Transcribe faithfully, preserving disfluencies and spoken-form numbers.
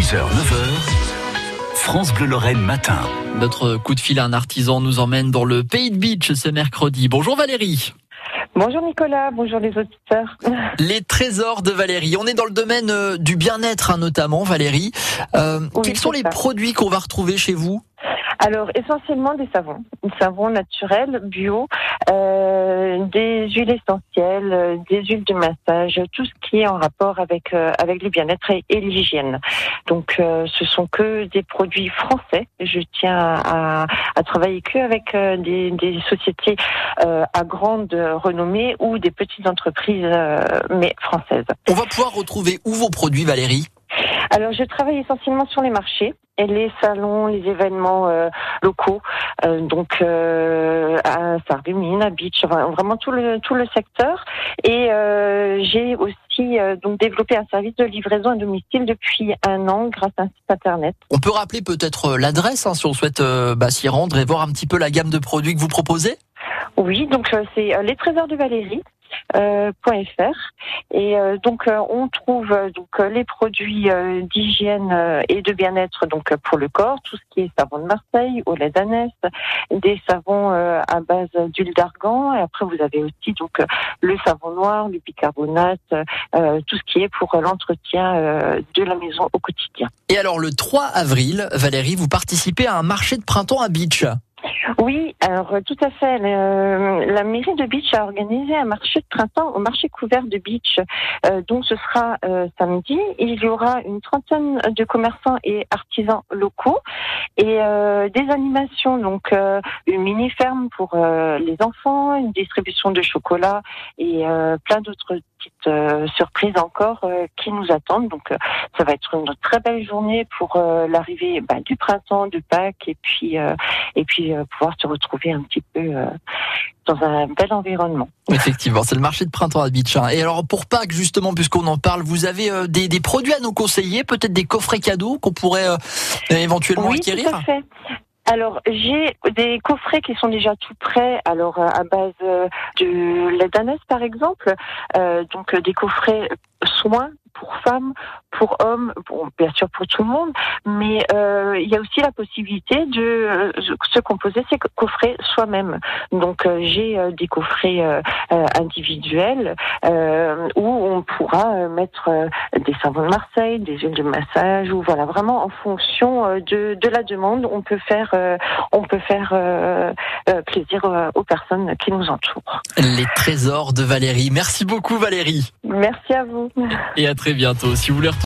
six heures neuf heures, France Bleu Lorraine matin. Notre coup de fil à un artisan nous emmène dans le Pays de Bitche ce mercredi. Bonjour Valérie. Bonjour Nicolas, bonjour les auditeurs. Les trésors de Valérie. On est dans le domaine euh, du bien-être hein, notamment, Valérie. Euh, Oui, quels sont c'est les ça. produits qu'on va retrouver chez vous ? Alors essentiellement des savons, des savons naturels, bio, euh, des huiles essentielles, euh, des huiles de massage, tout ce qui est en rapport avec euh, avec le bien-être et, et l'hygiène. Donc euh, ce sont que des produits français. Je tiens à, à travailler que avec euh, des, des sociétés euh, à grande renommée ou des petites entreprises euh, mais françaises. On va pouvoir retrouver où vos produits, Valérie ? Alors, je travaille essentiellement sur les marchés et les salons, les événements euh, locaux, euh, donc euh, à Sarreguemines, à Bitche, enfin, vraiment tout le tout le secteur. Et euh, j'ai aussi euh, donc développé un service de livraison à domicile depuis un an grâce à un site internet. On peut rappeler peut-être euh, l'adresse hein, si on souhaite euh, bah, s'y rendre et voir un petit peu la gamme de produits que vous proposez ? Oui, donc euh, c'est euh, les trésors de Valérie. Euh, .fr et euh, donc euh, on trouve euh, donc euh, les produits euh, d'hygiène euh, et de bien-être donc euh, pour le corps, tout ce qui est savon de Marseille, au lait d'ânesse, des savons euh, à base d'huile d'argan et après vous avez aussi donc euh, le savon noir, le bicarbonate, euh, tout ce qui est pour euh, l'entretien euh, de la maison au quotidien. Et alors le trois avril, Valérie, vous participez à un marché de printemps à Bitche. Oui, alors tout à fait. Le, la mairie de Bitche a organisé un marché de printemps au marché couvert de Bitche. Euh, donc ce sera euh, samedi. Il y aura une trentaine de commerçants et artisans locaux et euh, des animations. Donc euh, une mini ferme pour euh, les enfants, une distribution de chocolat et euh, plein d'autres petites euh, surprises encore euh, qui nous attendent. Donc euh, ça va être une très belle journée pour euh, l'arrivée bah, du printemps, de Pâques et puis euh, et puis euh, pouvoir se retrouver un petit peu euh, dans un bel environnement. Effectivement, c'est le marché de printemps à Bitche. hein. Et alors pour Pâques justement, puisqu'on en parle, vous avez euh, des, des produits à nous conseiller, peut-être des coffrets cadeaux qu'on pourrait euh, éventuellement Oui, acquérir ? tout à fait. Alors, j'ai des coffrets qui sont déjà tout prêts, alors à base de lait d'ânesse par exemple, euh, donc des coffrets soins pour femmes, pour hommes, bon, bien sûr pour tout le monde, mais euh, il y a aussi la possibilité de euh, se composer ces coffrets soi-même. Donc euh, j'ai euh, des coffrets euh, euh, individuels euh, où on pourra euh, mettre euh, des savons de Marseille, des huiles de massage, ou voilà, vraiment en fonction euh, de, de la demande, on peut faire, euh, on peut faire euh, euh, plaisir euh, aux personnes qui nous entourent. Les trésors de Valérie. Merci beaucoup Valérie. Merci à vous. Et à très bientôt. Si vous voulez